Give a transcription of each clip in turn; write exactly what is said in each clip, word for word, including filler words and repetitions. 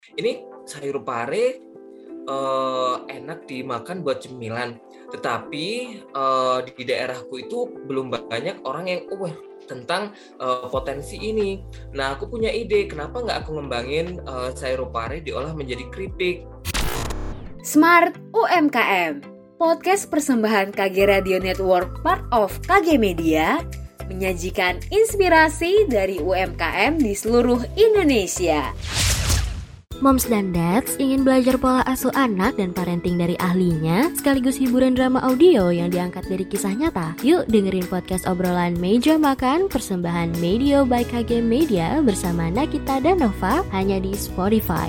Ini sayur pare uh, enak dimakan buat cemilan, tetapi uh, di daerahku itu belum banyak orang yang aware tentang uh, potensi ini. Nah, aku punya ide, kenapa nggak aku ngembangin uh, sayur pare diolah menjadi keripik? Smart U M K M, podcast persembahan K G Radio Network part of K G Media, menyajikan inspirasi dari U M K M di seluruh Indonesia. Moms dan dads ingin belajar pola asuh anak dan parenting dari ahlinya, sekaligus hiburan drama audio yang diangkat dari kisah nyata? Yuk dengerin podcast obrolan Meja Makan persembahan Media by K G Media bersama Nakita dan Nova hanya di Spotify.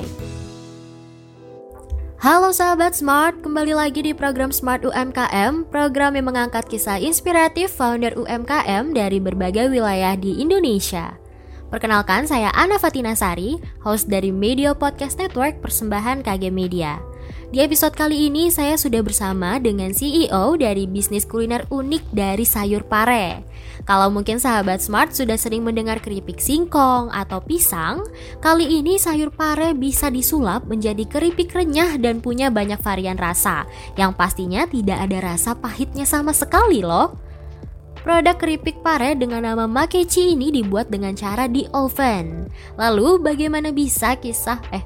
Halo sahabat Smart, kembali lagi di program Smart U M K M, program yang mengangkat kisah inspiratif founder U M K M dari berbagai wilayah di Indonesia. Perkenalkan, saya Ana Fatina Sari, host dari Media Podcast Network persembahan K G Media. Di episode kali ini, saya sudah bersama dengan C E O dari bisnis kuliner unik dari sayur pare. Kalau mungkin sahabat Smart sudah sering mendengar keripik singkong atau pisang, kali ini sayur pare bisa disulap menjadi keripik renyah dan punya banyak varian rasa, yang pastinya tidak ada rasa pahitnya sama sekali loh. Produk keripik pare dengan nama makeci ini dibuat dengan cara di oven. Lalu bagaimana bisa kisah eh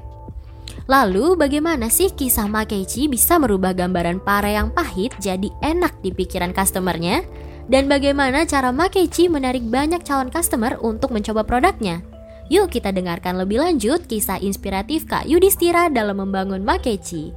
Lalu bagaimana sih kisah makeci bisa merubah gambaran pare yang pahit jadi enak di pikiran customernya? Dan bagaimana cara makeci menarik banyak calon customer untuk mencoba produknya? Yuk kita dengarkan lebih lanjut kisah inspiratif Kak Yudhistira dalam membangun makeci.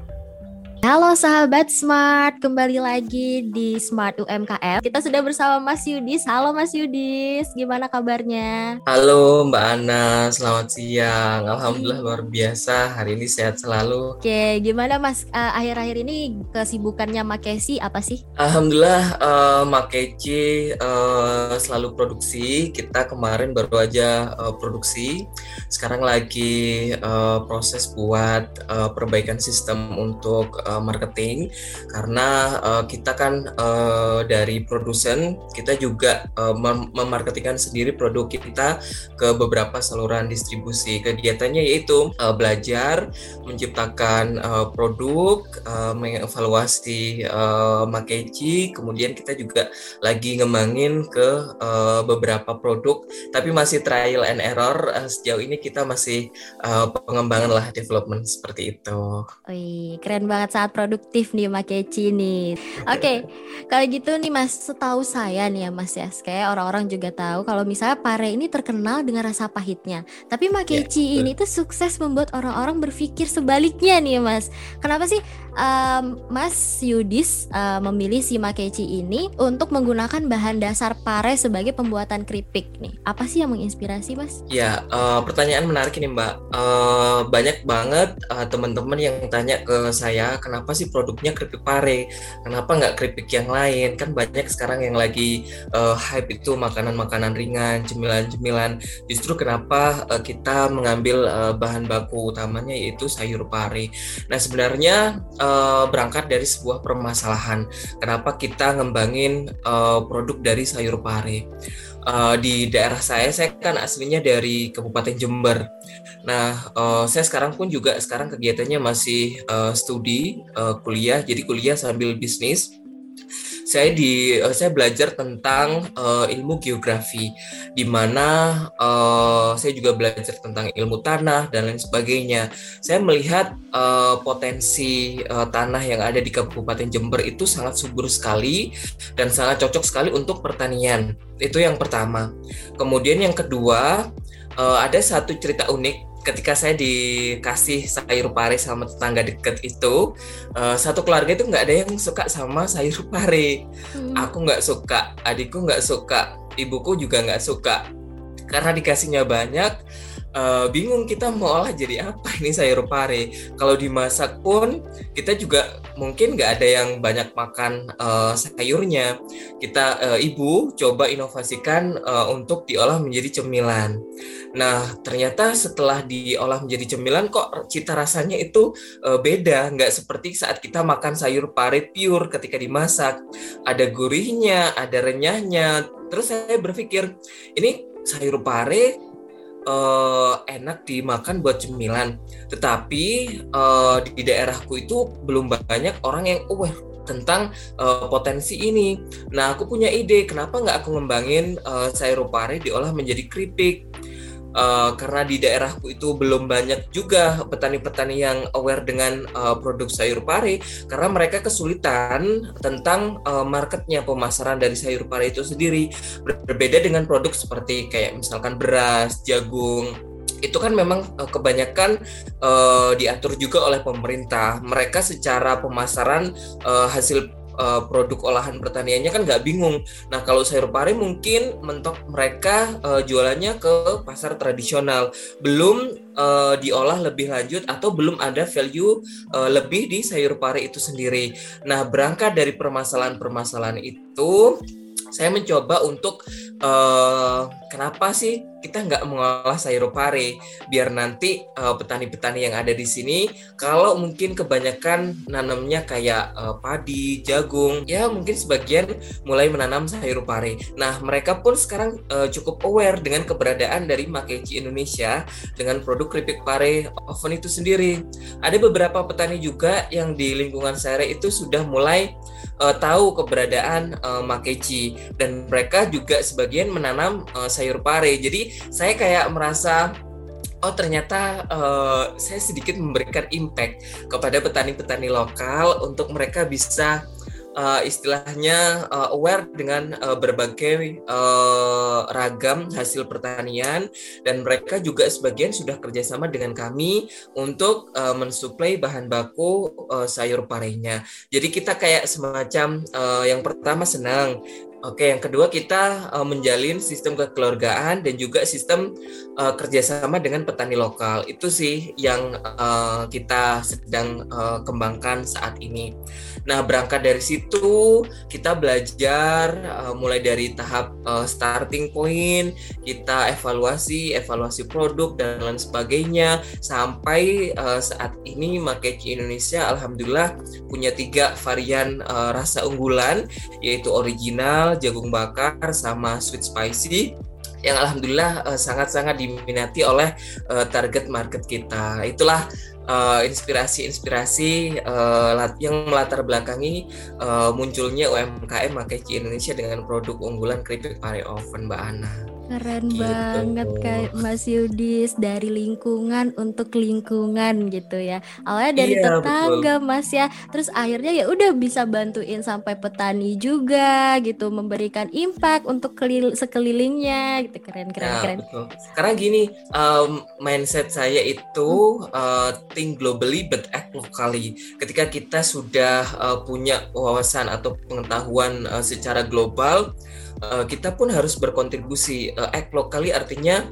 Halo sahabat Smart, kembali lagi di Smart U M K M. Kita sudah bersama Mas Yudis. Halo Mas Yudis, gimana kabarnya? Halo Mbak Ana, selamat siang. Alhamdulillah luar biasa, hari ini sehat selalu. Oke, gimana Mas, uh, akhir-akhir ini kesibukannya Makeci apa sih? Alhamdulillah uh, Makeci uh, selalu produksi. Kita kemarin baru aja uh, produksi. Sekarang lagi uh, proses buat uh, perbaikan sistem untuk uh, marketing, karena uh, kita kan uh, dari produsen, kita juga uh, mem- memarketingkan sendiri produk kita ke beberapa saluran distribusi. Kegiatannya yaitu uh, belajar menciptakan uh, produk, uh, mengevaluasi uh, makeci, kemudian kita juga lagi ngembangin ke uh, beberapa produk, tapi masih trial and error. Uh, sejauh ini kita masih uh, pengembangan lah, development seperti itu. Wih, keren banget, sangat produktif nih makeci nih. Oke, okay, kalau gitu nih Mas, setahu saya nih ya Mas ya, kayak orang-orang juga tahu kalau misalnya pare ini terkenal dengan rasa pahitnya. Tapi makeci yeah, ini tuh sukses membuat orang-orang berpikir sebaliknya nih Mas. Kenapa sih um, Mas Yudis uh, memilih si makeci ini untuk menggunakan bahan dasar pare sebagai pembuatan keripik nih? Apa sih yang menginspirasi Mas? Ya, yeah, uh, pertanyaan menarik ini Mbak. Uh, banyak banget uh, teman-teman yang tanya ke saya, kenapa sih produknya keripik pare, kenapa nggak keripik yang lain? Kan banyak sekarang yang lagi uh, hype itu makanan-makanan ringan, cemilan-cemilan. Justru kenapa uh, kita mengambil uh, bahan baku utamanya yaitu sayur pare. Nah sebenarnya uh, berangkat dari sebuah permasalahan, kenapa kita ngembangin uh, produk dari sayur pare. Uh, di daerah saya, saya kan aslinya dari Kabupaten Jember. Nah, uh, saya sekarang pun juga sekarang kegiatannya masih uh, studi, uh, kuliah, jadi kuliah sambil bisnis. Saya di uh, saya belajar tentang uh, ilmu geografi, di mana uh, saya juga belajar tentang ilmu tanah dan lain sebagainya. Saya melihat uh, potensi uh, tanah yang ada di Kabupaten Jember itu sangat subur sekali dan sangat cocok sekali untuk pertanian. Itu yang pertama. Kemudian yang kedua, uh, ada satu cerita unik. Ketika saya dikasih sayur pare sama tetangga deket itu, uh, satu keluarga itu nggak ada yang suka sama sayur pare. Hmm. Aku nggak suka, adikku nggak suka, ibuku juga nggak suka. Karena dikasihnya banyak, uh, bingung kita mau olah jadi apa ini sayur pare. Kalau dimasak pun kita juga mungkin nggak ada yang banyak makan uh, sayurnya. Kita uh, ibu coba inovasikan uh, untuk diolah menjadi cemilan. Nah, ternyata setelah diolah menjadi cemilan kok cita rasanya itu uh, beda, nggak seperti saat kita makan sayur pare pure ketika dimasak. Ada gurihnya, ada renyahnya. Terus saya berpikir, ini sayur pare uh, enak dimakan buat cemilan. Tetapi uh, di daerahku itu belum banyak orang yang aware tentang uh, potensi ini. Nah, aku punya ide, kenapa nggak aku ngembangin uh, sayur pare diolah menjadi keripik? Uh, karena di daerahku itu belum banyak juga petani-petani yang aware dengan uh, produk sayur pare, karena mereka kesulitan tentang uh, marketnya, pemasaran dari sayur pare itu sendiri. Berbeda dengan produk seperti kayak misalkan beras, jagung, itu kan memang uh, kebanyakan uh, diatur juga oleh pemerintah. Mereka secara pemasaran uh, hasil Uh, produk olahan pertaniannya kan nggak bingung. Nah, kalau sayur pare mungkin mentok mereka uh, jualannya ke pasar tradisional, belum uh, diolah lebih lanjut atau belum ada value uh, lebih di sayur pare itu sendiri. Nah, berangkat dari permasalahan-permasalahan itu, saya mencoba untuk uh, kenapa sih kita nggak mengolah sayur pare, biar nanti uh, petani-petani yang ada di sini, kalau mungkin kebanyakan nanamnya kayak uh, padi, jagung, ya mungkin sebagian mulai menanam sayur pare. Nah, mereka pun sekarang uh, cukup aware dengan keberadaan dari Makeichi Indonesia dengan produk keripik pare oven itu sendiri. Ada beberapa petani juga yang di lingkungan saya itu sudah mulai uh, tahu keberadaan uh, Makeichi, dan mereka juga sebagian menanam uh, sayur pare. Jadi saya kayak merasa, oh ternyata uh, saya sedikit memberikan impact kepada petani-petani lokal untuk mereka bisa uh, istilahnya uh, aware dengan uh, berbagai uh, ragam hasil pertanian, dan mereka juga sebagian sudah kerjasama dengan kami untuk uh, mensuplai bahan baku uh, sayur parenya. Jadi kita kayak semacam uh, yang pertama senang. Oke, yang kedua kita uh, menjalin sistem kekeluargaan dan juga sistem uh, kerjasama dengan petani lokal. Itu sih yang uh, kita sedang uh, kembangkan saat ini. Nah, berangkat dari situ kita belajar uh, mulai dari tahap uh, starting point, kita evaluasi, evaluasi produk dan lain sebagainya, sampai uh, saat ini Makeichi Indonesia alhamdulillah punya tiga varian uh, rasa unggulan, yaitu original, jagung bakar, sama sweet spicy, yang alhamdulillah uh, sangat-sangat diminati oleh uh, target market kita. Itulah uh, inspirasi-inspirasi uh, yang melatar belakangi uh, munculnya U M K M Makeichi Indonesia dengan produk unggulan keripik pare oven, Mbak Ana. Keren Gitu. banget kayak Mas Yudis, dari lingkungan untuk lingkungan gitu ya. Awalnya dari Iya, tetangga betul. Mas ya, terus akhirnya ya udah bisa bantuin sampai petani juga gitu, memberikan impact untuk kelil- sekelilingnya gitu. Keren keren Ya, keren. betul. Karena gini, um, mindset saya itu uh, think globally but act locally. Ketika kita sudah uh, punya wawasan atau pengetahuan uh, secara global, uh, kita pun harus berkontribusi. Uh, act locally artinya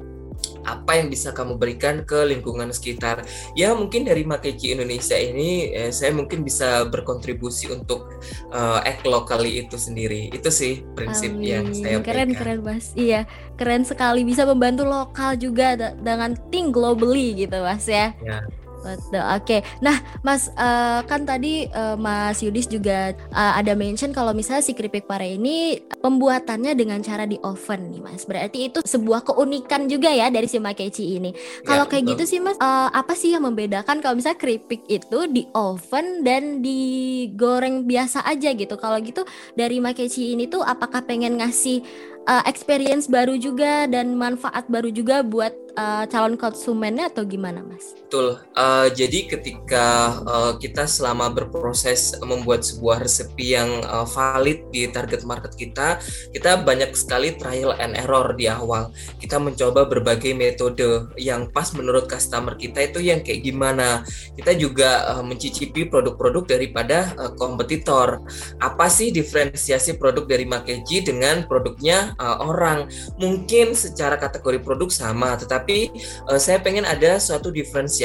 apa yang bisa kamu berikan ke lingkungan sekitar. Ya, mungkin dari Makeichi Indonesia ini eh, saya mungkin bisa berkontribusi untuk uh, act locally itu sendiri. Itu sih prinsip Amin. yang saya Keren berikan. keren Mas. Iya, keren sekali bisa membantu lokal juga da- dengan think globally gitu Mas ya. Ya. Betul, oke. Nah, Mas, uh, kan tadi uh, Mas Yudis juga uh, ada mention kalau misalnya si keripik pare ini pembuatannya dengan cara di oven nih, Mas. Berarti itu sebuah keunikan juga ya dari si Makeichi ini. Kalau Ya, kayak betul. gitu sih, Mas, uh, apa sih yang membedakan kalau misalnya keripik itu di oven dan digoreng biasa aja gitu? Kalau gitu dari Makeichi ini tuh apakah pengen ngasih uh, experience baru juga dan manfaat baru juga buat uh, calon konsumennya atau gimana, Mas? Betul. Uh, jadi ketika uh, kita selama berproses membuat sebuah resepi yang uh, valid di target market kita, kita banyak sekali trial and error di awal. Kita mencoba berbagai metode yang pas menurut customer kita itu yang kayak gimana. Kita juga uh, mencicipi produk-produk daripada uh, kompetitor. Apa sih diferensiasi produk dari Makeichi dengan produknya uh, orang? Mungkin secara kategori produk sama, tetapi uh, saya pengen ada suatu diferensiasi.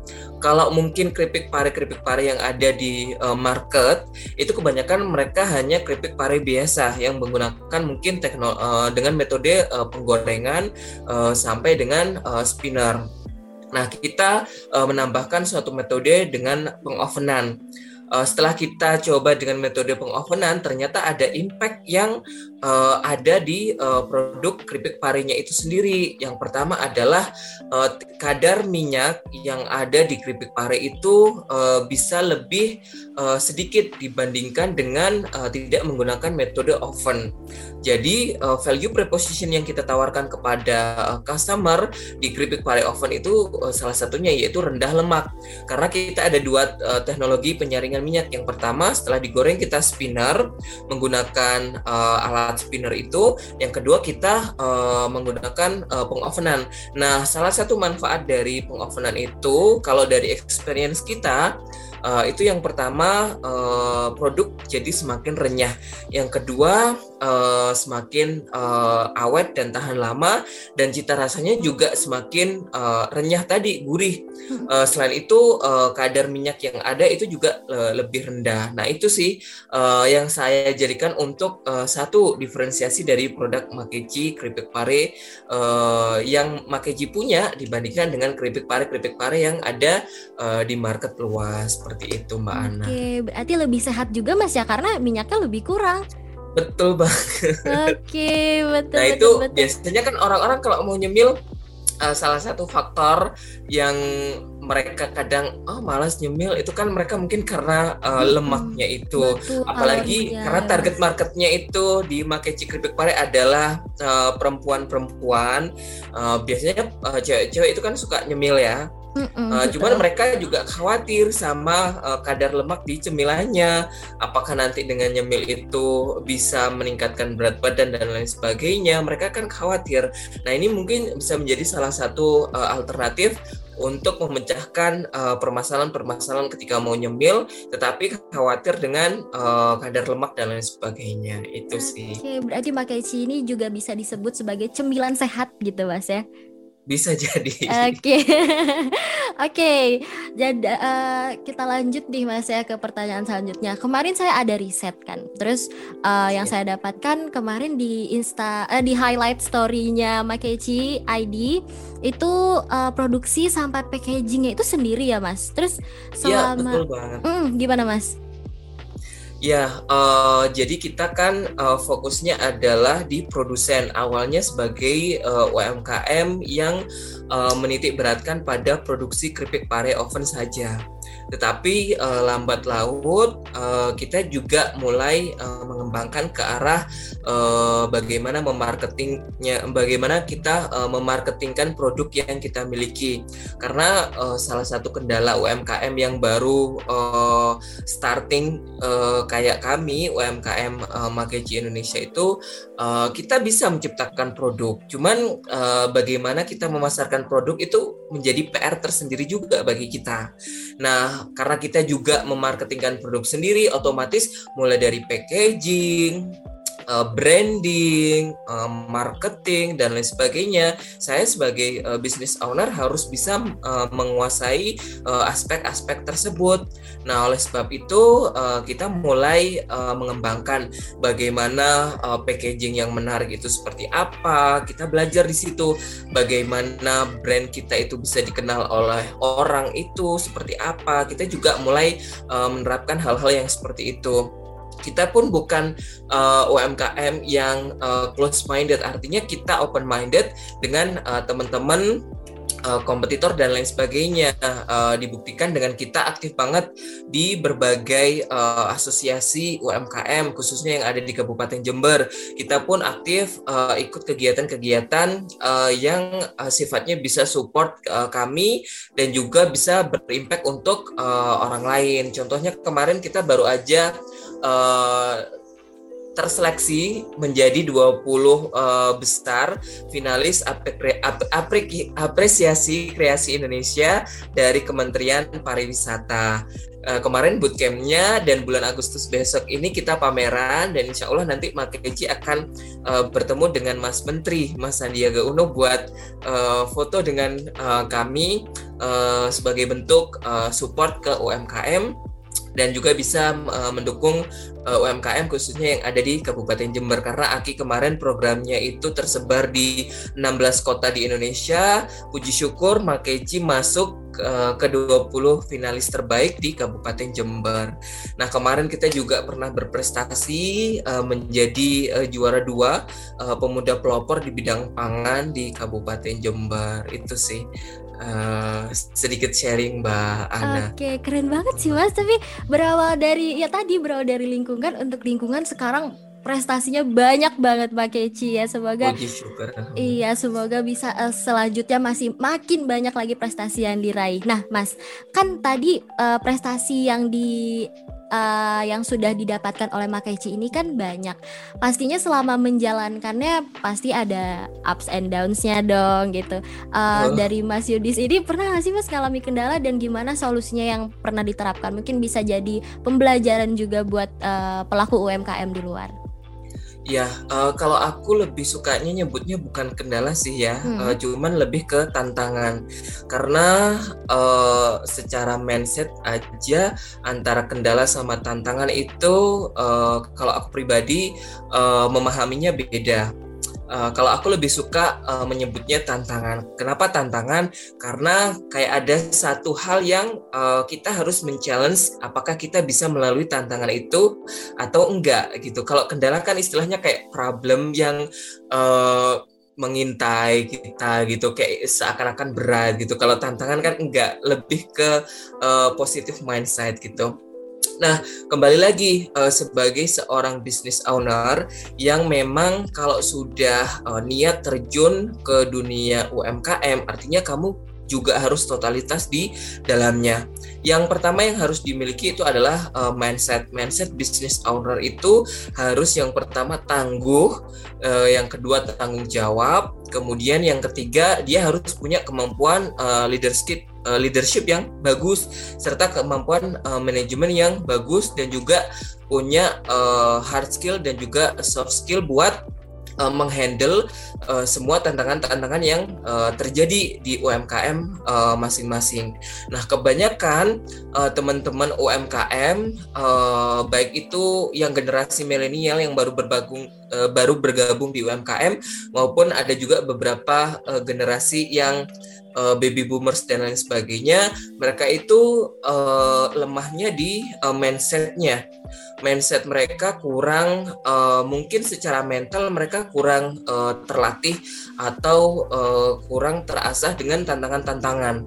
Kalau mungkin keripik pare keripik pare yang ada di uh, market itu kebanyakan mereka hanya keripik pare biasa yang menggunakan mungkin tekno, uh, dengan metode uh, penggorengan uh, sampai dengan uh, spinner. Nah, kita uh, menambahkan suatu metode dengan pengovenan. uh, setelah kita coba dengan metode pengovenan, ternyata ada impact yang uh, ada di uh, produk keripik parenya itu sendiri. Yang pertama adalah uh, kadar minyak yang ada di keripik pare itu uh, bisa lebih uh, sedikit dibandingkan dengan uh, tidak menggunakan metode oven. Jadi uh, value proposition yang kita tawarkan kepada uh, customer di keripik pare oven itu uh, salah satunya yaitu rendah lemak. Karena kita ada dua uh, teknologi penyaringan minyak. Yang pertama, setelah digoreng kita spinner menggunakan uh, alat spinner itu. Yang kedua, kita uh, menggunakan uh, pengovenan. Nah, salah satu manfaat dari pengovenan itu, kalau dari experience kita, Uh, itu yang pertama, uh, produk jadi semakin renyah. Yang kedua, uh, semakin uh, awet dan tahan lama, dan cita rasanya juga semakin uh, renyah tadi, gurih. Uh, selain itu, uh, kadar minyak yang ada itu juga uh, lebih rendah. Nah, itu sih uh, yang saya jadikan untuk uh, satu diferensiasi dari produk Makeci keripik pare uh, yang Makeci punya dibandingkan dengan keripik pare keripik pare yang ada uh, di market luas. Seperti itu Mbak Ana. Oke, berarti lebih sehat juga Mas ya, karena minyaknya lebih kurang. Betul banget. Oke, betul. Nah betul, itu betul. biasanya kan orang-orang kalau mau nyemil, uh, salah satu faktor yang mereka kadang oh malas nyemil itu kan mereka mungkin karena uh, Hmm, lemaknya itu. betul, Apalagi kalorinya. karena target marketnya itu di Makeci keripik pare adalah uh, perempuan-perempuan. Uh, biasanya uh, cewek-cewek itu kan suka nyemil ya. Mm-mm, Uh, betul. cuman mereka juga khawatir sama uh, kadar lemak di cemilannya. Apakah nanti dengan nyemil itu bisa meningkatkan berat badan dan lain sebagainya. Mereka kan khawatir. Nah ini mungkin bisa menjadi salah satu uh, alternatif untuk memecahkan uh, permasalahan-permasalahan ketika mau nyemil, tetapi khawatir dengan uh, kadar lemak dan lain sebagainya. Itu sih. Oke, berarti Makeci ini juga bisa disebut sebagai cemilan sehat gitu Mas ya. Bisa jadi. Oke, oke. Jadi eh, kita lanjut nih Mas ya ke pertanyaan selanjutnya. Kemarin saya ada riset kan, terus eh, yang saya dapatkan kemarin di Insta, eh, di highlight story-nya Makeci I D itu eh, produksi sampai packagingnya itu sendiri ya Mas. Terus Iya, selama, betul banget. Hmm, gimana Mas? Ya, uh, jadi kita kan uh, fokusnya adalah di produsen. Awalnya sebagai uh, U M K M yang uh, menitik beratkan pada produksi keripik pare oven saja. Tetapi uh, lambat laut uh, kita juga mulai uh, mengembangkan ke arah uh, bagaimana memarketingnya, bagaimana kita uh, memarketingkan produk yang kita miliki. Karena uh, salah satu kendala U M K M yang baru uh, starting uh, kayak kami U M K M uh, Makeci Indonesia itu uh, kita bisa menciptakan produk. Cuman uh, bagaimana kita memasarkan produk itu menjadi P R tersendiri juga bagi kita. Nah, karena kita juga memarketingkan produk sendiri, otomatis mulai dari packaging, uh, branding, uh, marketing dan lain sebagainya. Saya sebagai uh, business owner harus bisa uh, menguasai uh, aspek-aspek tersebut. Nah, oleh sebab itu uh, kita mulai uh, mengembangkan bagaimana uh, packaging yang menarik itu seperti apa. Kita belajar di situ bagaimana brand kita itu bisa dikenal oleh orang itu seperti apa. Kita juga mulai uh, menerapkan hal-hal yang seperti itu. Kita pun bukan uh, U M K M yang uh, close minded, artinya kita open minded dengan uh, teman-teman uh, kompetitor dan lain sebagainya. Uh, dibuktikan dengan kita aktif banget di berbagai uh, asosiasi U M K M khususnya yang ada di Kabupaten Jember. Kita pun aktif uh, ikut kegiatan-kegiatan uh, yang uh, sifatnya bisa support uh, kami dan juga bisa berimpact untuk uh, orang lain. Contohnya kemarin kita baru aja Uh, terseleksi menjadi dua puluh uh, besar finalis apre- ap- apre- apresiasi kreasi Indonesia dari Kementerian Pariwisata. Uh, kemarin bootcampnya dan bulan Agustus besok ini kita pameran dan insya Allah nanti Makeci akan uh, bertemu dengan Mas Menteri, Mas Sandiaga Uno buat uh, foto dengan uh, kami uh, sebagai bentuk uh, support ke U M K M. dan juga bisa uh, mendukung uh, U M K M khususnya yang ada di Kabupaten Jember, karena A K I kemarin programnya itu tersebar di enam belas kota di Indonesia. Puji syukur Makeci masuk uh, ke dua puluh finalis terbaik di Kabupaten Jember. Nah, kemarin kita juga pernah berprestasi uh, menjadi uh, juara dua uh, pemuda pelopor di bidang pangan di Kabupaten Jember. Itu sih Uh, sedikit sharing Mbak Ana. Oke, keren banget sih Mas. Tapi berawal dari ya tadi berawal dari lingkungan, untuk lingkungan sekarang prestasinya banyak banget Mbak Keci ya. Semoga Puji syukur. Iya, semoga bisa uh, selanjutnya masih makin banyak lagi prestasi yang diraih. Nah, Mas, kan tadi uh, prestasi yang di uh, yang sudah didapatkan oleh Makeci ini kan banyak. Pastinya selama menjalankannya pasti ada ups and downs-nya dong gitu. Uh, oh. Dari Mas Yudis ini pernah nggak sih Mas ngalami kendala dan gimana solusinya yang pernah diterapkan? Mungkin bisa jadi pembelajaran juga buat uh, pelaku U M K M di luar. Ya, uh, kalau aku lebih sukanya nyebutnya bukan kendala sih ya, hmm. uh, cuman lebih ke tantangan. Karena uh, secara mindset aja antara kendala sama tantangan itu, uh, kalau aku pribadi uh, memahaminya beda. Uh, kalau aku lebih suka uh, menyebutnya tantangan. Kenapa tantangan? Karena kayak ada satu hal yang uh, kita harus men-challenge apakah kita bisa melalui tantangan itu atau enggak gitu. Kalau kendala kan istilahnya kayak problem yang uh, mengintai kita gitu, kayak seakan-akan berat gitu. Kalau tantangan kan enggak, lebih ke uh, positive mindset gitu. Nah, kembali lagi uh, sebagai seorang business owner yang memang kalau sudah uh, niat terjun ke dunia U M K M, artinya kamu juga harus totalitas di dalamnya. Yang pertama yang harus dimiliki itu adalah uh, mindset. Mindset business owner itu harus yang pertama tangguh, uh, yang kedua tanggung jawab, kemudian yang ketiga dia harus punya kemampuan uh, leadership uh, leadership yang bagus serta kemampuan uh, manajemen yang bagus, dan juga punya uh, hard skill dan juga soft skill buat Uh, menghandle uh, semua tantangan-tantangan yang uh, terjadi di U M K M uh, masing-masing. Nah, kebanyakan uh, teman-teman U M K M uh, baik itu yang generasi milenial yang baru bergabung uh, baru bergabung di U M K M, maupun ada juga beberapa uh, generasi yang uh, baby boomers dan lain sebagainya, mereka itu uh, lemahnya di uh, mindsetnya. Mindset mereka kurang, uh, mungkin secara mental mereka kurang uh, terlatih atau uh, kurang terasah dengan tantangan-tantangan.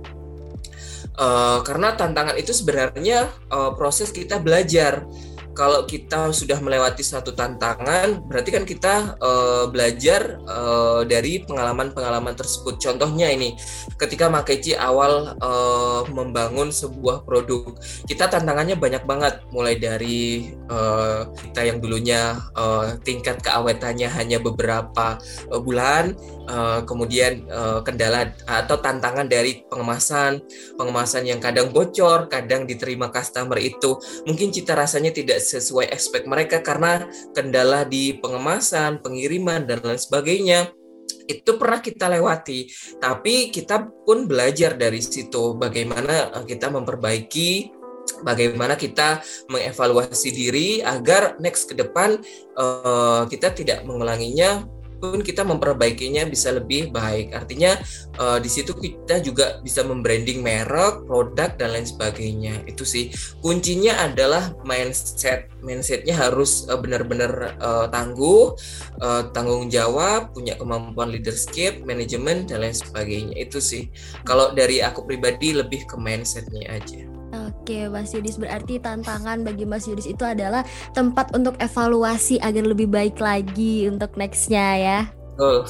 Uh, karena tantangan itu sebenarnya uh, proses kita belajar. Kalau kita sudah melewati suatu tantangan, berarti kan kita uh, belajar uh, dari pengalaman-pengalaman tersebut. Contohnya ini, ketika Makeci awal uh, membangun sebuah produk, kita tantangannya banyak banget. Mulai dari uh, kita yang dulunya uh, tingkat keawetannya hanya beberapa uh, bulan, uh, kemudian uh, kendala atau tantangan dari pengemasan, pengemasan yang kadang bocor, kadang diterima customer itu mungkin cita rasanya tidak sesuai expect mereka karena kendala di pengemasan, pengiriman, dan lain sebagainya. Itu pernah kita lewati, tapi kita pun belajar dari situ bagaimana kita memperbaiki, bagaimana kita mengevaluasi diri agar next ke depan uh, kita tidak mengulanginya, pun kita memperbaikinya bisa lebih baik. Artinya uh, di situ kita juga bisa membranding merek, produk, dan lain sebagainya. Itu sih kuncinya adalah mindset. Mindsetnya harus uh, benar-benar uh, tangguh, uh, tanggung jawab, punya kemampuan leadership, manajemen, dan lain sebagainya. Itu sih. Kalau dari aku pribadi lebih ke mindsetnya aja. Oke, Mas Yudis, berarti tantangan bagi Mas Yudis itu adalah tempat untuk evaluasi agar lebih baik lagi untuk next-nya ya. Oh.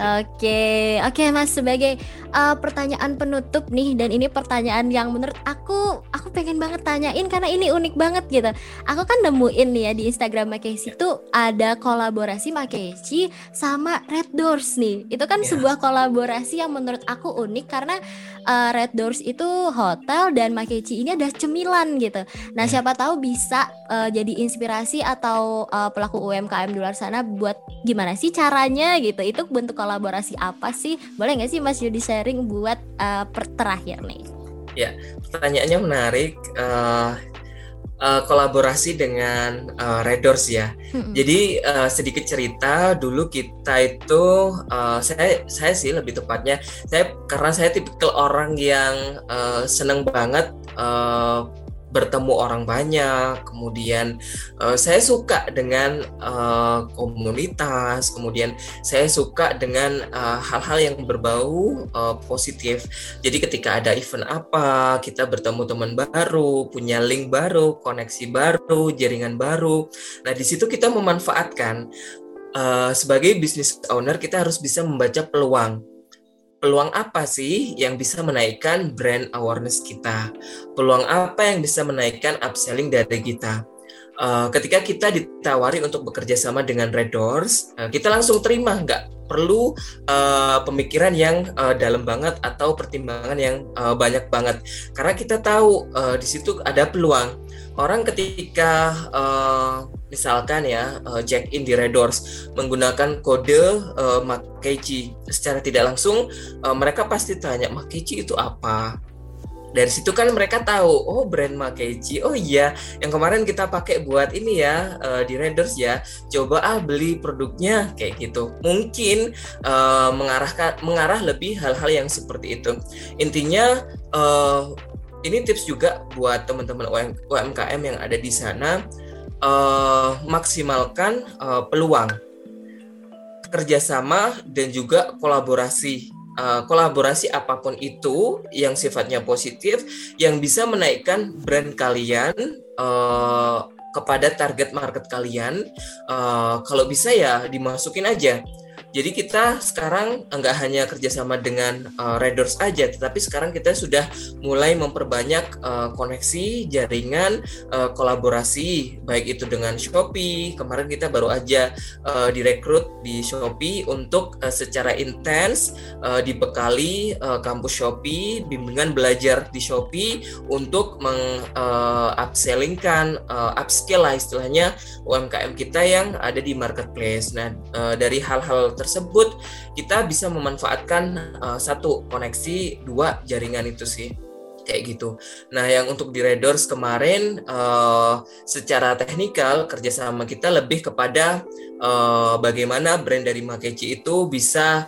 Oke, oke Mas, sebagai uh, pertanyaan penutup nih, dan ini pertanyaan yang menurut aku aku pengen banget tanyain karena ini unik banget gitu. Aku kan nemuin nih ya di Instagram Makeci tuh ada kolaborasi Makeci sama Red Doors nih. Itu kan yeah. sebuah kolaborasi yang menurut aku unik karena uh, Red Doors itu hotel dan Makeci ini ada cemilan gitu. Nah, yeah. siapa tahu bisa uh, jadi inspirasi atau uh, pelaku U M K M di luar sana buat gimana sih caranya gitu. Itu bentuk kolaborasi apa sih? Boleh nggak sih Mas Yudi sharing buat uh, per terakhir nih? Ya, pertanyaannya menarik. Uh, uh, kolaborasi dengan uh, Red Doors ya. Mm-hmm. Jadi uh, sedikit cerita, dulu kita itu uh, saya saya sih lebih tepatnya saya karena saya tipikal orang yang uh, seneng banget uh, bertemu orang banyak, kemudian uh, saya suka dengan uh, komunitas, kemudian saya suka dengan uh, hal-hal yang berbau uh, positif. Jadi ketika ada event apa, kita bertemu teman baru, punya link baru, koneksi baru, jaringan baru. Nah di situ kita memanfaatkan uh, sebagai business owner, kita harus bisa membaca peluang. Peluang apa sih yang bisa menaikkan brand awareness kita? Peluang apa yang bisa menaikkan upselling dari kita? Uh, ketika kita ditawari untuk bekerja sama dengan Red Doors, uh, kita langsung terima, nggak perlu uh, pemikiran yang uh, dalam banget atau pertimbangan yang uh, banyak banget. Karena kita tahu uh, di situ ada peluang. Orang ketika uh, misalkan ya uh, check in di Red Doors menggunakan kode uh, Makeichi, secara tidak langsung uh, mereka pasti tanya Makeichi itu apa. Dari situ kan mereka tahu, oh brand Makeichi, oh iya yang kemarin kita pakai buat ini ya uh, di Red Doors ya, coba ah beli produknya kayak gitu. Mungkin uh, mengarahkan mengarah lebih hal-hal yang seperti itu. Intinya uh, ini tips juga buat teman-teman U M K M yang ada di sana, uh, maksimalkan uh, peluang kerjasama dan juga kolaborasi. Uh, kolaborasi apapun itu yang sifatnya positif, yang bisa menaikkan brand kalian uh, kepada target market kalian. Uh, kalau bisa ya dimasukin aja. Jadi kita sekarang nggak hanya kerjasama dengan uh, Red Doors aja, tetapi sekarang kita sudah mulai memperbanyak uh, koneksi, jaringan, uh, kolaborasi, baik itu dengan Shopee. Kemarin kita baru aja uh, direkrut di Shopee untuk uh, secara intens uh, dibekali uh, kampus Shopee, bimbingan belajar di Shopee untuk meng uh, upsellingkan, uh, upskill lah istilahnya U M K M kita yang ada di marketplace. Nah uh, dari hal-hal tersebut kita bisa memanfaatkan uh, satu koneksi, dua jaringan itu sih kayak gitu. Nah yang untuk di Red Doors kemarin uh, secara teknikal kerjasama kita lebih kepada uh, bagaimana brand dari Makeichi itu bisa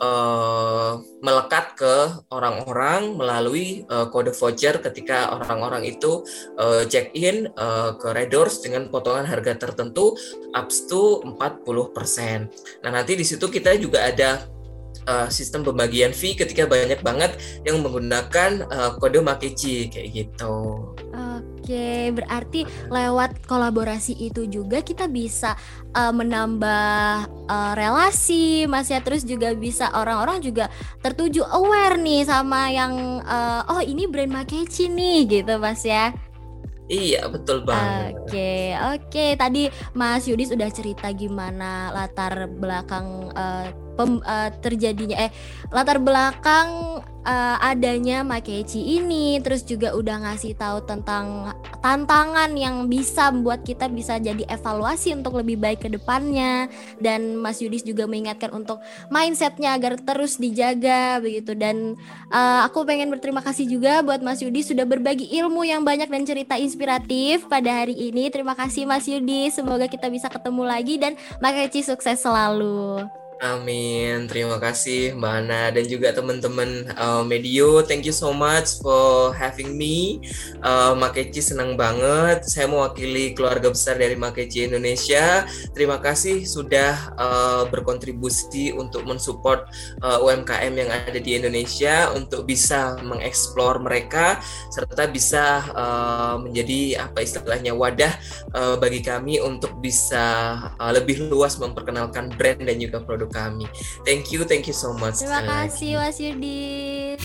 Uh, melekat ke orang-orang melalui uh, kode voucher ketika orang-orang itu uh, check in uh, ke Red Doors dengan potongan harga tertentu up to empat puluh persen. Nah nanti di situ kita juga ada uh, sistem pembagian fee ketika banyak banget yang menggunakan uh, kode Makeichi kayak gitu. Oke, berarti lewat kolaborasi itu juga kita bisa uh, menambah uh, relasi, Mas ya. Terus juga bisa orang-orang juga tertuju aware nih sama yang uh, oh ini brand Makeichi nih gitu, Mas ya. Iya betul banget. Oke oke tadi Mas Yudi sudah cerita gimana latar belakang uh, pem, uh, terjadinya eh latar belakang uh, adanya Makeichi ini, terus juga udah ngasih tahu tentang tantangan yang bisa membuat kita bisa jadi evaluasi untuk lebih baik ke depannya, dan Mas Yudis juga mengingatkan untuk mindsetnya agar terus dijaga begitu. Dan uh, aku pengen berterima kasih juga buat Mas Yudis sudah berbagi ilmu yang banyak dan cerita inspiratif pada hari ini. Terima kasih Mas Yudis, semoga kita bisa ketemu lagi dan Makeichi sukses selalu. Amin, terima kasih Mbak Ana dan juga teman-teman uh, Medio. Thank you so much for having me. uh, Makeichi senang banget saya mewakili keluarga besar dari Makeichi Indonesia. Terima kasih sudah uh, berkontribusi untuk mensupport uh, U M K M yang ada di Indonesia untuk bisa mengeksplor mereka serta bisa uh, menjadi apa istilahnya wadah uh, bagi kami untuk bisa uh, lebih luas memperkenalkan brand dan juga produk kami. Thank you, thank you so much. Terima kasih Mas Yudi.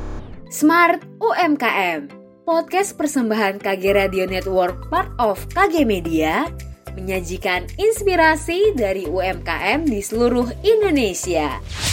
Smart U M K M, podcast persembahan K G Radio Network part of K G Media, menyajikan inspirasi dari U M K M di seluruh Indonesia.